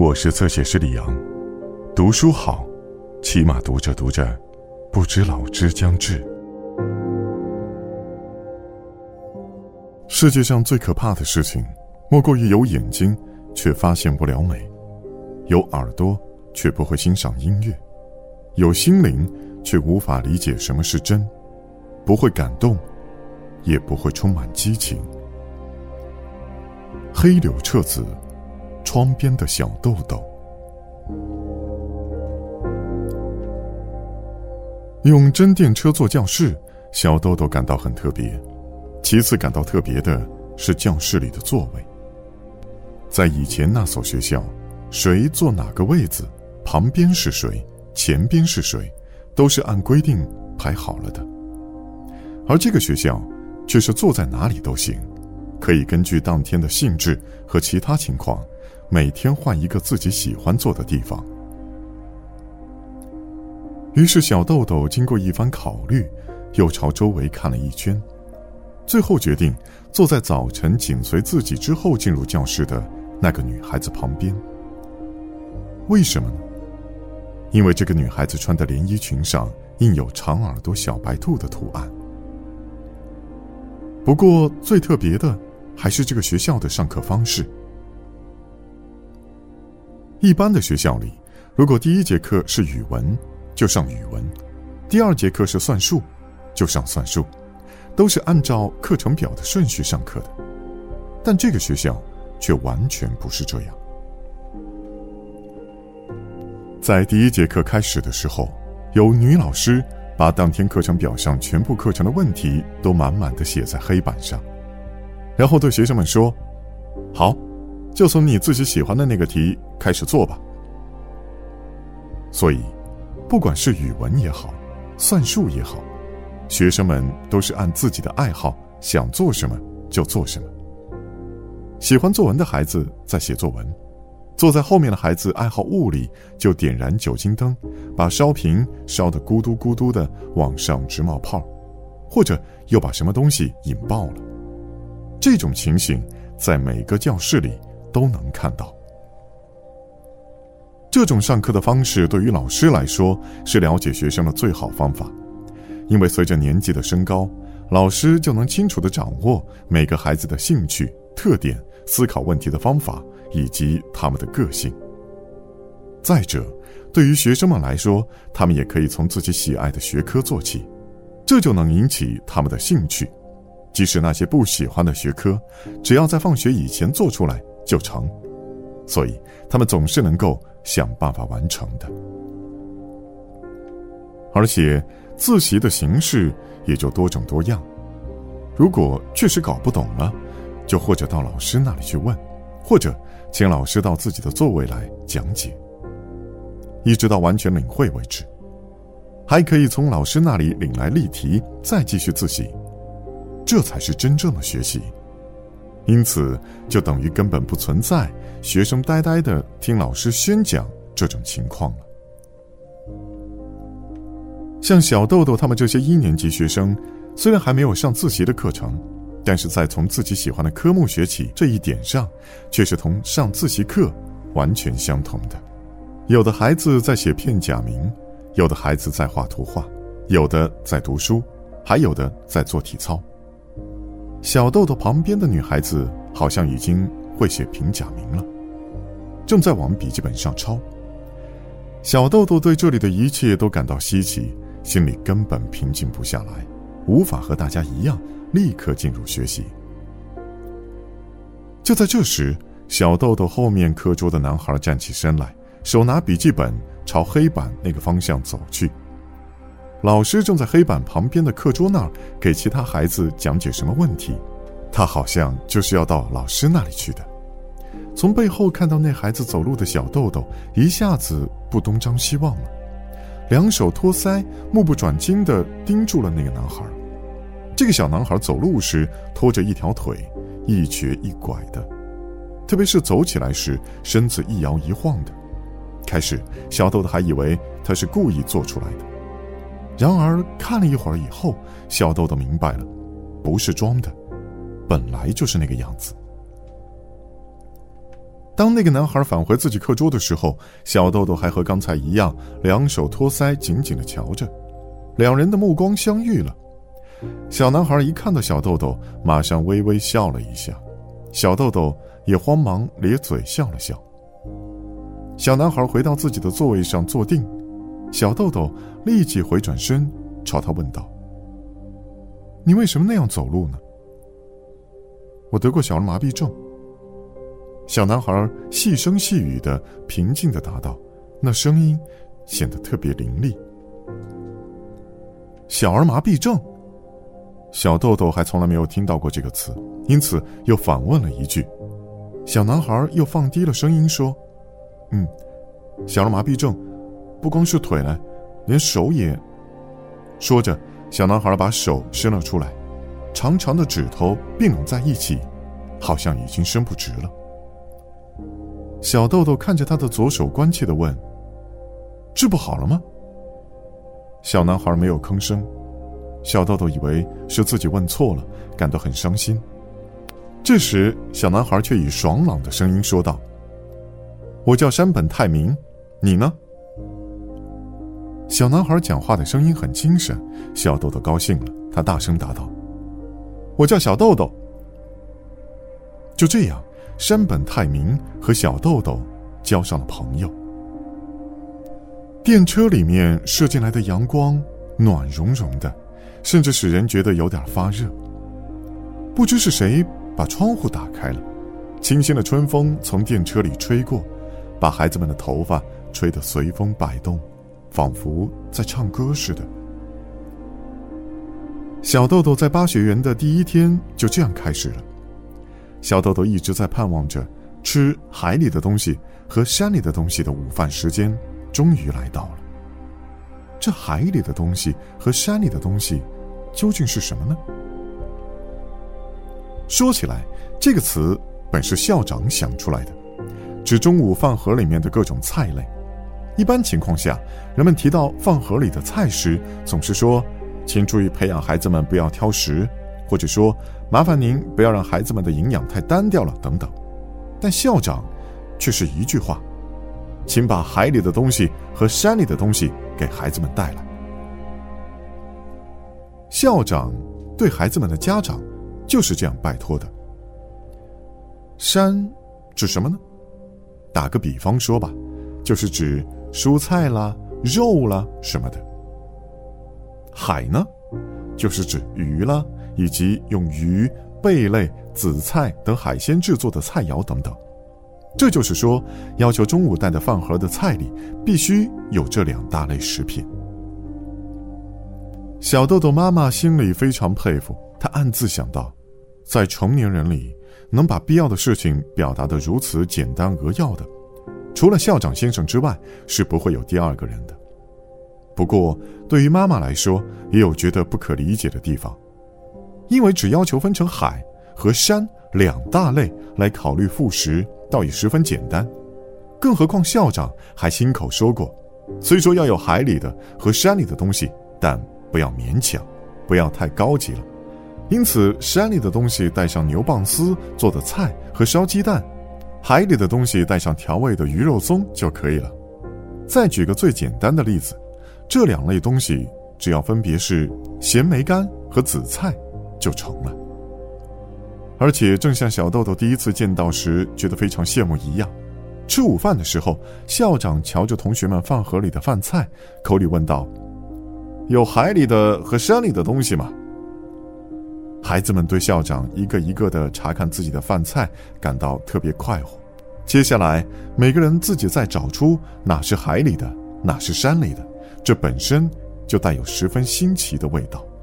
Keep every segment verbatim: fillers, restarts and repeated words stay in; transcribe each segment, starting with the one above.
我是侧写师李阳，读书好，起码读着读着，不知老之将至。世界上最可怕的事情，莫过于有眼睛却发现不了美，有耳朵却不会欣赏音乐，有心灵却无法理解什么是真，不会感动，也不会充满激情。黑柳彻子，窗边的小豆豆。用真电车做教室，小豆豆感到很特别。其次感到特别的是教室里的座位。在以前那所学校，谁坐哪个位子，旁边是谁，前边是谁，都是按规定排好了的。而这个学校却是坐在哪里都行，可以根据当天的兴致和其他情况，每天换一个自己喜欢坐的地方。于是小豆豆经过一番考虑，又朝周围看了一圈，最后决定坐在早晨紧随自己之后进入教室的那个女孩子旁边。为什么呢？因为这个女孩子穿的连衣裙上印有长耳朵小白兔的图案。不过最特别的还是这个学校的上课方式。一般的学校里，如果第一节课是语文，就上语文；第二节课是算术，就上算术，都是按照课程表的顺序上课的。但这个学校却完全不是这样。在第一节课开始的时候，有女老师把当天课程表上全部课程的问题都满满的写在黑板上，然后对学生们说：好，就从你自己喜欢的那个题开始做吧。所以不管是语文也好，算术也好，学生们都是按自己的爱好，想做什么就做什么。喜欢作文的孩子在写作文，坐在后面的孩子爱好物理，就点燃酒精灯，把烧瓶烧得咕嘟咕嘟的往上直冒泡，或者又把什么东西引爆了。这种情形在每个教室里都能看到。这种上课的方式对于老师来说是了解学生的最好方法，因为随着年纪的升高，老师就能清楚地掌握每个孩子的兴趣、特点、思考问题的方法以及他们的个性。再者，对于学生们来说，他们也可以从自己喜爱的学科做起，这就能引起他们的兴趣。即使那些不喜欢的学科，只要在放学以前做出来就成，所以他们总是能够想办法完成的。而且自习的形式也就多种多样，如果确实搞不懂了，就或者到老师那里去问，或者请老师到自己的座位来讲解，一直到完全领会为止。还可以从老师那里领来例题，再继续自习，这才是真正的学习。因此就等于根本不存在学生呆呆地听老师宣讲这种情况了。像小豆豆他们这些一年级学生，虽然还没有上自习的课程，但是在从自己喜欢的科目学起这一点上，却是同上自习课完全相同的。有的孩子在写片假名，有的孩子在画图画，有的在读书，还有的在做体操。小豆豆旁边的女孩子好像已经会写平假名了，正在往笔记本上抄。小豆豆对这里的一切都感到稀奇，心里根本平静不下来，无法和大家一样立刻进入学习。就在这时，小豆豆后面课桌的男孩站起身来，手拿笔记本朝黑板那个方向走去。老师正在黑板旁边的课桌那儿给其他孩子讲解什么问题，他好像就是要到老师那里去的。从背后看到那孩子走路的小豆豆一下子不东张西望了，两手托腮，目不转睛地盯住了那个男孩。这个小男孩走路时拖着一条腿，一瘸一拐的，特别是走起来时身子一摇一晃的。开始小豆豆还以为他是故意做出来的，然而看了一会儿以后，小豆豆明白了，不是装的，本来就是那个样子。 当那个男孩返回自己课桌的时候，小豆豆还和刚才一样，两手托腮，紧紧地瞧着。两人的目光相遇了。小男孩一看到小豆豆，马上微微笑了一下，小豆豆也慌忙咧嘴笑了笑。小男孩回到自己的座位上坐定，小豆豆立即回转身朝他问道：你为什么那样走路呢？我得过小儿麻痹症。小男孩细声细语的平静地答道，那声音显得特别凌厉。小儿麻痹症？小豆豆还从来没有听到过这个词，因此又反问了一句。小男孩又放低了声音说：嗯，小儿麻痹症不光是腿了，连手也……说着，小男孩把手伸了出来，长长的指头并拢在一起，好像已经伸不直了。小豆豆看着他的左手，关切地问：治不好了吗？小男孩没有吭声。小豆豆以为是自己问错了，感到很伤心。这时小男孩却以爽朗的声音说道：我叫山本泰明，你呢？小男孩讲话的声音很精神，小豆豆高兴了，他大声答道：我叫小豆豆。就这样，山本泰明和小豆豆交上了朋友。电车里面射进来的阳光暖融融的，甚至使人觉得有点发热。不知是谁把窗户打开了，清新的春风从电车里吹过，把孩子们的头发吹得随风摆动，仿佛在唱歌似的。小豆豆在巴学园的第一天就这样开始了。小豆豆一直在盼望着吃海里的东西和山里的东西的午饭时间终于来到了。这海里的东西和山里的东西究竟是什么呢？说起来，这个词本是校长想出来的，指中午饭盒里面的各种菜类。一般情况下，人们提到饭盒里的菜时，总是说请注意培养孩子们不要挑食，或者说麻烦您不要让孩子们的营养太单调了等等。但校长却是一句话：请把海里的东西和山里的东西给孩子们带来。校长对孩子们的家长就是这样拜托的。山指什么呢？打个比方说吧，就是指蔬菜啦、肉啦什么的。海呢，就是指鱼啦，以及用鱼、贝类、紫菜等海鲜制作的菜肴等等。这就是说，要求中午带的饭盒的菜里必须有这两大类食品。小豆豆妈妈心里非常佩服，她暗自想到，在成年人里能把必要的事情表达得如此简单扼要的，除了校长先生之外，是不会有第二个人的。不过对于妈妈来说，也有觉得不可理解的地方，因为只要求分成海和山两大类来考虑副食，倒也十分简单。更何况校长还亲口说过，虽说要有海里的和山里的东西，但不要勉强，不要太高级了。因此山里的东西带上牛蒡丝做的菜和烧鸡蛋，海里的东西带上调味的鱼肉松就可以了。再举个最简单的例子，这两类东西只要分别是咸梅干和紫菜就成了。而且正像小豆豆第一次见到时觉得非常羡慕一样，吃午饭的时候，校长瞧着同学们饭盒里的饭菜，口里问道：有海里的和山里的东西吗？孩子们对校长一个一个的查看自己的饭菜感到特别快活。接下来每个人自己再找出哪是海里的，哪是山里的，这本身就带有十分新奇的味道。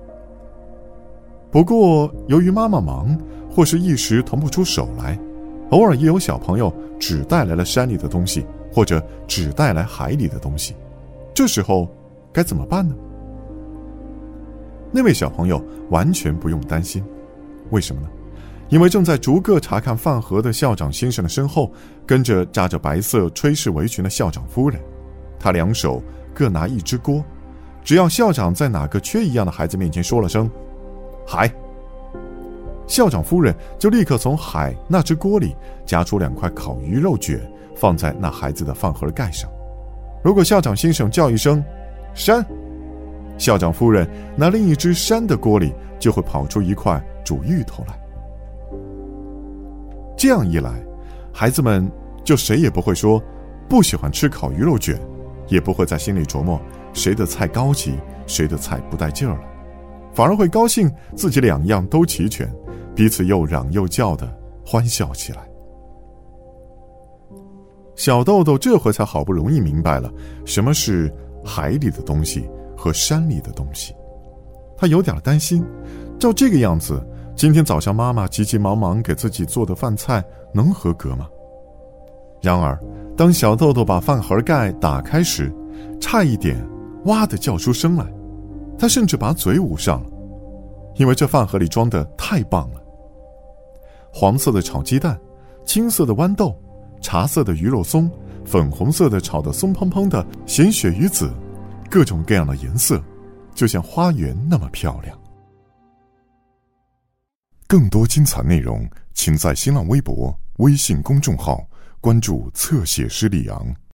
不过由于妈妈忙，或是一时腾不出手来，偶尔也有小朋友只带来了山里的东西，或者只带来海里的东西。这时候该怎么办呢？那位小朋友完全不用担心。为什么呢？因为正在逐个查看饭盒的校长先生的身后，跟着扎着白色炊事围裙的校长夫人。他两手各拿一只锅，只要校长在哪个缺一样的孩子面前说了声海， 校长夫人就立刻从海那只锅里夹出两块烤鱼肉卷，放在那孩子的饭盒盖上。如果校长先生叫一声山，校长夫人那另一只山的锅里就会跑出一块煮芋头来。这样一来，孩子们就谁也不会说不喜欢吃烤鱼肉卷，也不会在心里琢磨谁的菜高级，谁的菜不带劲儿了，反而会高兴自己两样都齐全，彼此又嚷又叫的欢笑起来。小豆豆这回才好不容易明白了什么是海里的东西和山里的东西。他有点担心，照这个样子，今天早上妈妈急急忙忙给自己做的饭菜能合格吗？然而当小豆豆把饭盒盖打开时，差一点哇地叫出声来，他甚至把嘴捂上了，因为这饭盒里装的太棒了。黄色的炒鸡蛋，青色的豌豆，茶色的鱼肉松，粉红色的炒得松蓬蓬的咸鳕鱼子，各种各样的颜色，就像花园那么漂亮。更多精彩内容，请在新浪微博、微信公众号关注侧写师李昂。